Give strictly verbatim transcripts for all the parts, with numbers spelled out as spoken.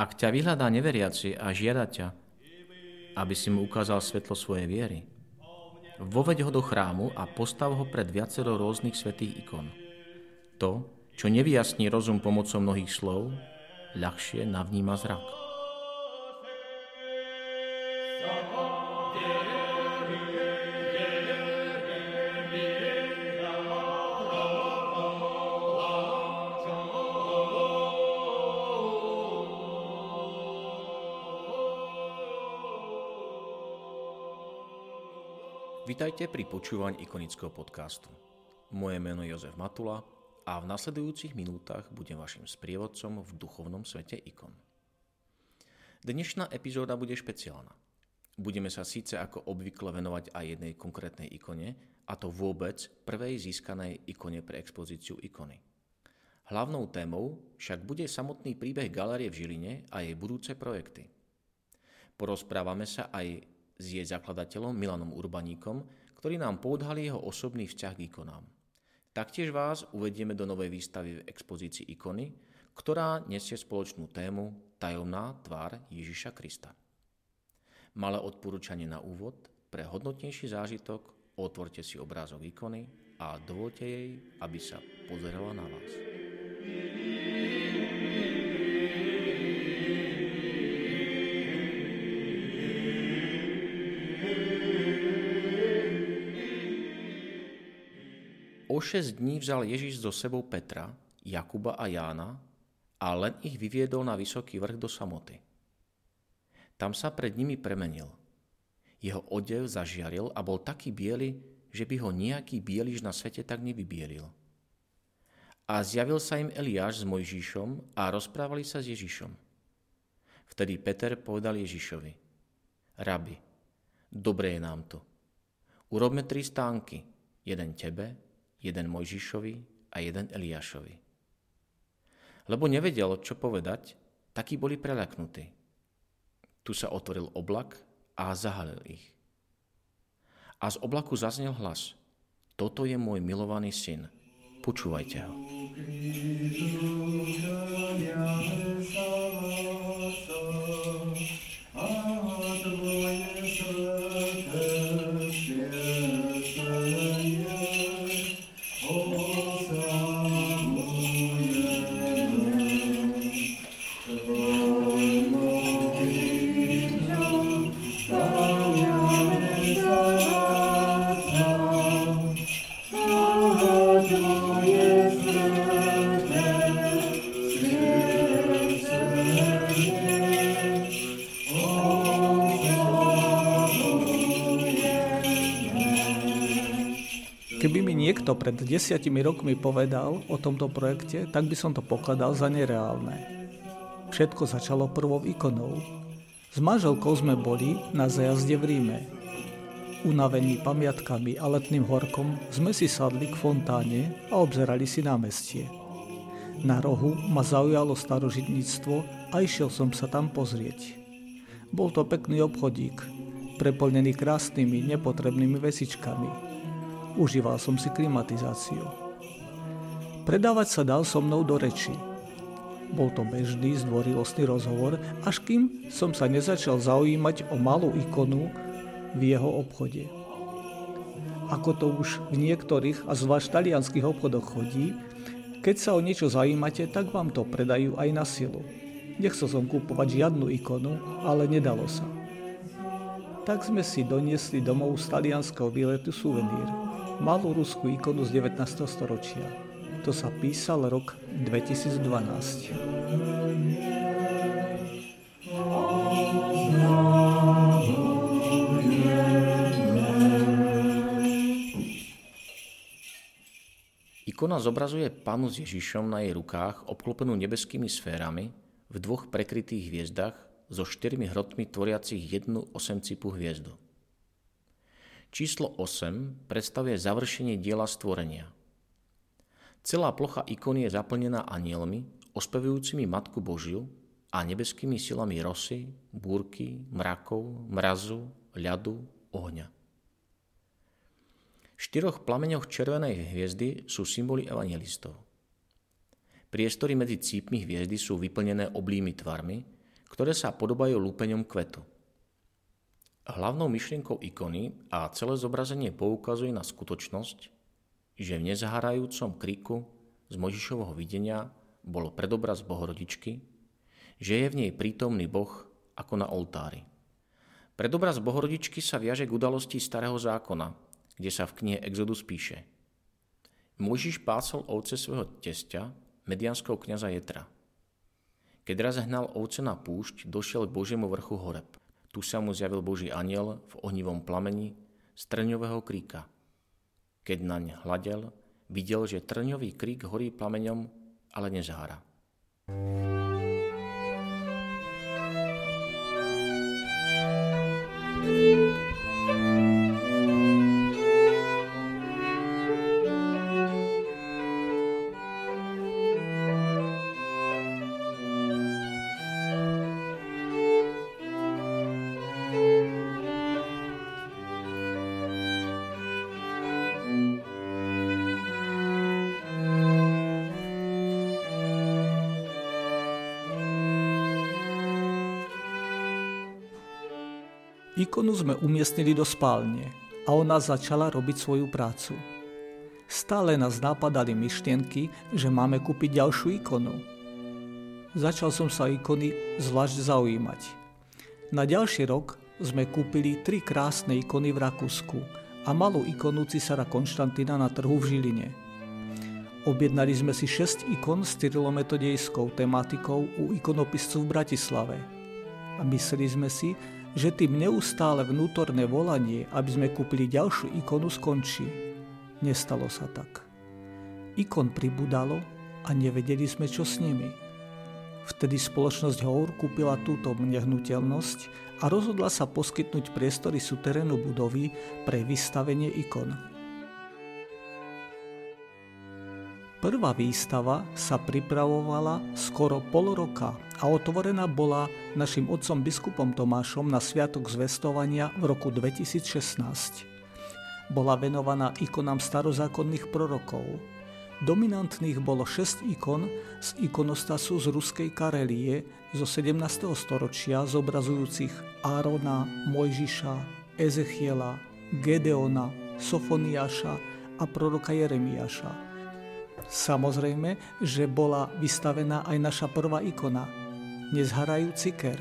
Ak ťa vyhľadá neveriaci a žiada ťa, aby si mu ukázal svetlo svojej viery, voveď ho do chrámu a postav ho pred viacero rôznych svätých ikon. To, čo nevyjasní rozum pomocou mnohých slov, ľahšie navníma zrak. Vitajte pri počúvaní ikonického podcastu. Moje meno je Jozef Matula a v nasledujúcich minútach budem vašim sprievodcom v duchovnom svete ikon. Dnešná epizóda bude špeciálna. Budeme sa síce ako obvykle venovať aj jednej konkrétnej ikone, a to vôbec prvej získanej ikone pre expozíciu ikony. Hlavnou témou však bude samotný príbeh galérie v Žiline a jej budúce projekty. Porozprávame sa aj s jej zakladateľom Milanom Urbaníkom, ktorý nám poodhalí jeho osobný vzťah k ikonám. Taktiež vás uvedieme do novej výstavy v expozícii ikony, ktorá nesie spoločnú tému Tajomná tvár Ježiša Krista. Malé odporúčanie na úvod: pre hodnotnejší zážitok otvorte si obrázok ikony a dovoľte jej, aby sa pozerala na vás. O šesť dní vzal Ježiš so sebou Petra, Jakuba a Jána a len ich vyviedol na vysoký vrch do samoty. Tam sa pred nimi premenil. Jeho odev zažiaril a bol taký biely, že by ho nejaký bieliš na svete tak nevybielil. A zjavil sa im Eliáš s Mojžišom a rozprávali sa s Ježišom. Vtedy Peter povedal Ježišovi: Rabi, dobre je nám tu. Urobme tri stánky, jeden tebe, jeden Mojžišovi a jeden Eliášovi. Lebo nevedel, čo povedať, takí boli preľaknutí. Tu sa otvoril oblak a zahalil ich. A z oblaku zaznel hlas: Toto je môj milovaný syn, počúvajte ho. Keby mi niekto pred desiatimi rokmi povedal o tomto projekte, tak by som to pokladal za nereálne. Všetko začalo prvou ikonou. S manželkou sme boli na zájazde v Ríme. Unavení pamiatkami a letným horkom sme si sadli k fontáne a obzerali si námestie. Na rohu ma zaujalo starožitníctvo a išiel som sa tam pozrieť. Bol to pekný obchodík, preplnený krásnymi, nepotrebnými vecičkami. Užíval som si klimatizáciu. Predávať sa dal so mnou do reči. Bol to bežný, zdvorilostný rozhovor, až kým som sa nezačal zaujímať o malú ikonu v jeho obchode. Ako to už v niektorých a zvlášť talianských obchodoch chodí, keď sa o niečo zaujímate, tak vám to predajú aj na silu. Nechcel som kúpovať žiadnu ikonu, ale nedalo sa. Tak sme si doniesli domov z talianskeho výletu suvenír. Malú ruskú ikonu z devätnásteho storočia. To sa písal rok dvetisícdvanásť. Ikona zobrazuje Pannu s Ježišom na jej rukách obklopenú nebeskými sférami v dvoch prekrytých hviezdach so štyrmi hrotmi tvoriacich jednu osemcipú hviezdu. Číslo osem predstavuje završenie diela stvorenia. Celá plocha ikony je zaplnená anielmi, ospevujúcimi Matku Božiu a nebeskými silami rosy, búrky, mrakov, mrazu, ľadu, ohňa. V štyroch plameňoch červenej hviezdy sú symboly evanjelistov. Priestory medzi cípmi hviezdy sú vyplnené oblými tvarmi, ktoré sa podobajú lúpeňom kvetu. Hlavnou myšlienkou ikony a celé zobrazenie poukazuje na skutočnosť, že v nezahárajúcom kriku z Mojžišovho videnia bol predobraz Bohorodičky, že je v nej prítomný Boh ako na oltári. Predobraz Bohorodičky sa viaže k udalosti Starého zákona, kde sa v knihe Exodus píše: Mojžiš pásol ovce svojho tesťa, medianského kňaza Jetra. Keď raz hnal ovce na púšť, došiel k Božiemu vrchu Horeb. Tu sa mu zjavil Boží anjel v ohnivom plameni z trňového kríka. Keď naň hľadel, videl, že trňový krík horí plameňom, ale nezhára. Ikonu sme umiestnili do spálne a ona začala robiť svoju prácu. Stále nás napadali myšlienky, že máme kúpiť ďalšiu ikonu. Začal som sa ikony zvlášť zaujímať. Na ďalší rok sme kúpili tri krásne ikony v Rakúsku a malú ikonu cisára Konštantína na trhu v Žiline. Objednali sme si šesť ikon s cyrilometodejskou tematikou u ikonopiscu v Bratislave. A mysleli sme si, že tým neustále vnútorné volanie, aby sme kúpili ďalšiu ikonu, skončí. Nestalo sa tak. Ikon pribudalo a nevedeli sme, čo s nimi. Vtedy spoločnosť Hour kúpila túto nehnuteľnosť a rozhodla sa poskytnúť priestory suterénu budovy pre vystavenie ikon. Prvá výstava sa pripravovala skoro pol roka a otvorená bola našim otcom biskupom Tomášom na sviatok zvestovania v roku dvetisícšestnásť. Bola venovaná ikonám starozákonných prorokov. Dominantných bolo šesť ikon z ikonostasu z ruskej Karelie zo sedemnásteho storočia zobrazujúcich Árona, Mojžiša, Ezechiela, Gedeona, Sofoniáša a proroka Jeremiáša. Samozrejme, že bola vystavená aj naša prvá ikona, nezharajúci ker.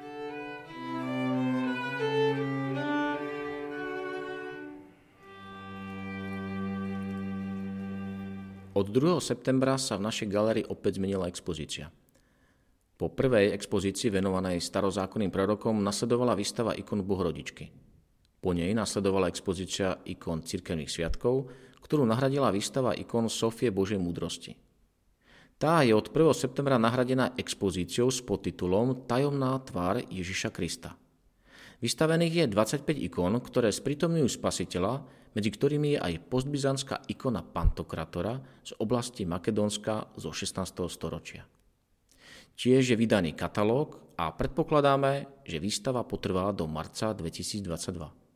Od druhého septembra sa v našej galérii opäť zmenila expozícia. Po prvej expozícii venovanej starozákonným prorokom nasledovala výstava ikon Bohorodičky. Po nej nasledovala expozícia ikon cirkevných sviatkov, ktorú nahradila výstava ikon Sofie Božej múdrosti. Tá je od prvého septembra nahradená expozíciou s podtitulom Tajomná tvár Ježiša Krista. Vystavených je dvadsaťpäť ikon, ktoré sprítomňujú Spasiteľa, medzi ktorými je aj postbyzantská ikona Pantokratora z oblasti Makedónska zo šestnásteho storočia. Tiež je vydaný katalóg a predpokladáme, že výstava potrvá do marca dvetisícdvadsaťdva.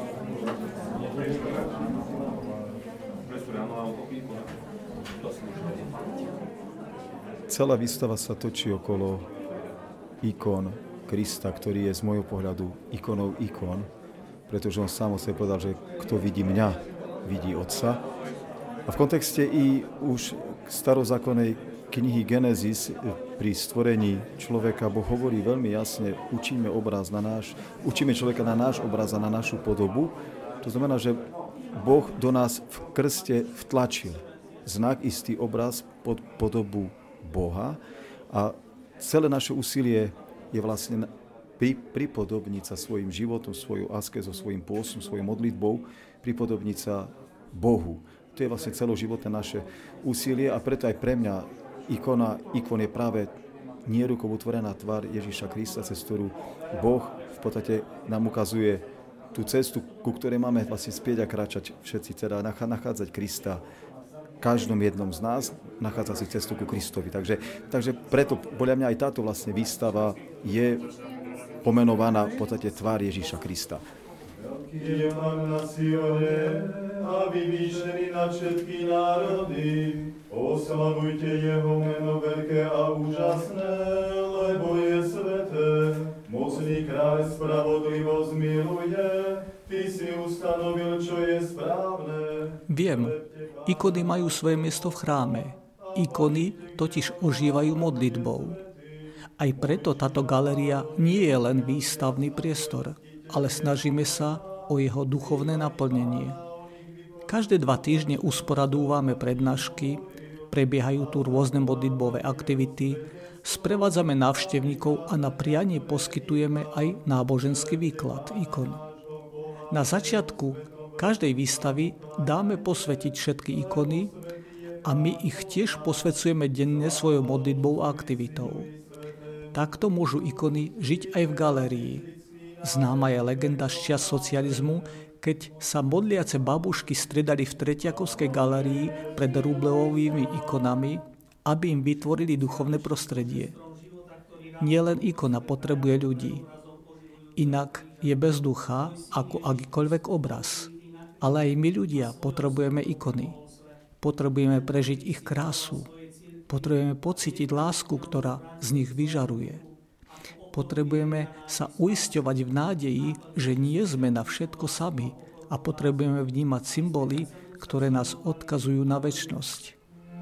Celá výstava sa točí okolo ikon Krista, ktorý je z môjho pohľadu ikonou ikon, pretože on sám o sebe povedal, že kto vidí mňa, vidí Otca. A v kontexte i už starozákonnej knihy Genesis pri stvorení človeka Boh hovorí veľmi jasne, učíme obraz na náš, učíme človeka na náš obraz a na našu podobu. To znamená, že Boh do nás v krste vtlačil znak, istý obraz pod podobu Boha a celé naše úsilie je vlastne pripodobniť sa svojim životom, svojou askezou, svojim pôstom, svojou modlitbou, pripodobniť sa Bohu. To je vlastne celoživotné naše úsilie a preto aj pre mňa ikona, ikon je práve nie rukou utvorená tvár Ježiša Krista, cez ktorú Boh v podstate nám ukazuje tú cestu, ku ktorej máme vlastne spieť a kráčať všetci, teda nachádzať Krista každom jednom z nás, nachádza si cestu ku Kristovi. Takže, takže preto podľa mňa aj táto vlastne výstava je pomenovaná v podstate tvár Ježiša Krista. Veľký je Pán na Sione a vyvýšený nad všetky národy. Oslavujte jeho meno veľké a úžasné, lebo je sveté. Mocný kráľ spravodlivosť miluje, ty si ustanovil, čo je správne. Viem, ikony majú svoje miesto v chráme. Ikony totiž ožívajú modlitbou. Aj preto táto galéria nie je len výstavný priestor, ale snažíme sa o jeho duchovné naplnenie. Každé dva týždne usporadúvame prednášky, prebiehajú tu rôzne modlitbové aktivity, sprevádzame návštevníkov a na prianie poskytujeme aj náboženský výklad ikon. Na začiatku každej výstavy dáme posvetiť všetky ikony a my ich tiež posvecujeme denne svojou modlitbou a aktivitou. Takto môžu ikony žiť aj v galérii. Známa je legenda z čias socializmu, keď sa modliace babušky striedali v Tretiakovskej galérii pred Rublevovými ikonami, aby im vytvorili duchovné prostredie. Nielen ikona potrebuje ľudí. Inak je bez ducha ako akýkoľvek obraz. Ale aj my ľudia potrebujeme ikony. Potrebujeme prežiť ich krásu. Potrebujeme pocítiť lásku, ktorá z nich vyžaruje. Potrebujeme sa uisťovať v nádeji, že nie sme na všetko sami a potrebujeme vnímať symboly, ktoré nás odkazujú na večnosť.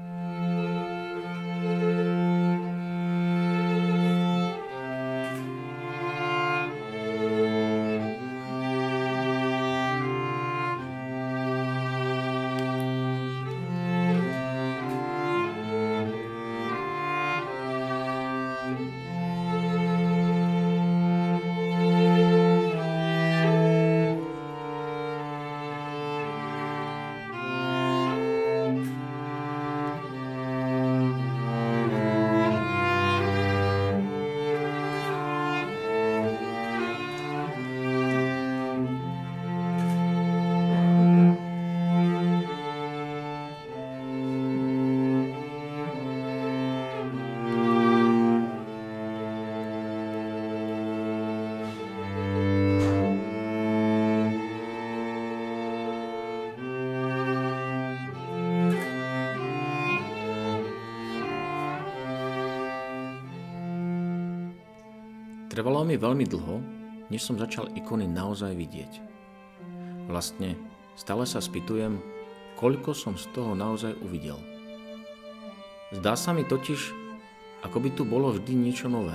Trvalo mi veľmi dlho, než som začal ikony naozaj vidieť. Vlastne stále sa spýtujem, koľko som z toho naozaj uvidel. Zdá sa mi totiž, ako by tu bolo vždy niečo nové.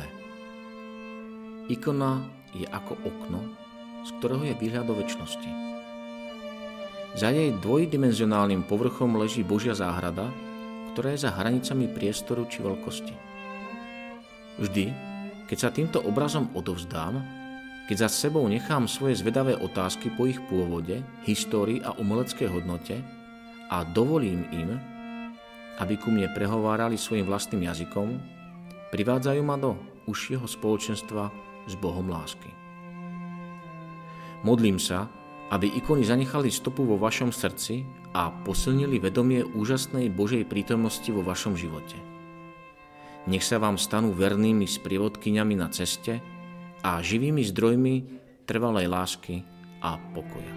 Ikona je ako okno, z ktorého je výhľad do večnosti. Za jej dvojdimenzionálnym povrchom leží Božia záhrada, ktorá je za hranicami priestoru či veľkosti. Vždy, keď sa týmto obrazom odovzdám, keď za sebou nechám svoje zvedavé otázky po ich pôvode, histórii a umeleckej hodnote a dovolím im, aby ku mne prehovárali svojim vlastným jazykom, privádzajú ma do užšieho spoločenstva s Bohom lásky. Modlím sa, aby ikony zanechali stopu vo vašom srdci a posilnili vedomie úžasnej Božej prítomnosti vo vašom živote. Nech sa vám stanú vernými sprievodkyňami na ceste a živými zdrojmi trvalej lásky a pokoja.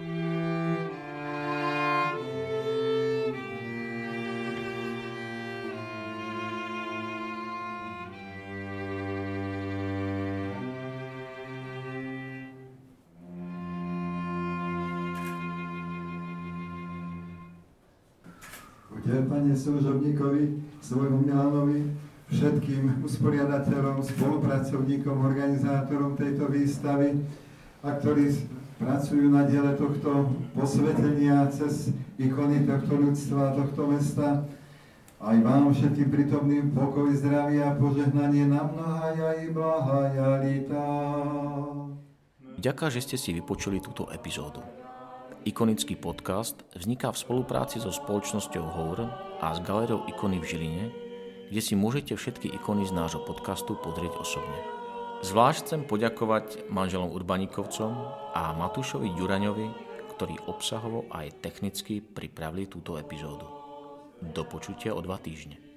Ďakujem, Pane, služobníkovi, svojmu Milanovi, všetkým usporiadateľom, spolupracovníkom, organizátorom tejto výstavy, a ktorí pracujú na diele tohto posvetenia cez ikony tohto ľudstva, tohto mesta. Aj vám všetkým prítomným pokoj, zdravie a požehnanie na mnohaja i blahaja lita. Ďakujem, že ste si vypočuli túto epizódu. Ikonický podcast vzniká v spolupráci so spoločnosťou Hour a s galériou Ikony v Žiline, kde si môžete všetky ikony z nášho podcastu pozrieť osobne. Zvlášť chcem poďakovať manželom Urbaníkovcom a Matúšovi Ďuraňovi, ktorí obsahovo aj technicky pripravili túto epizódu. Do počutia o dva týždne.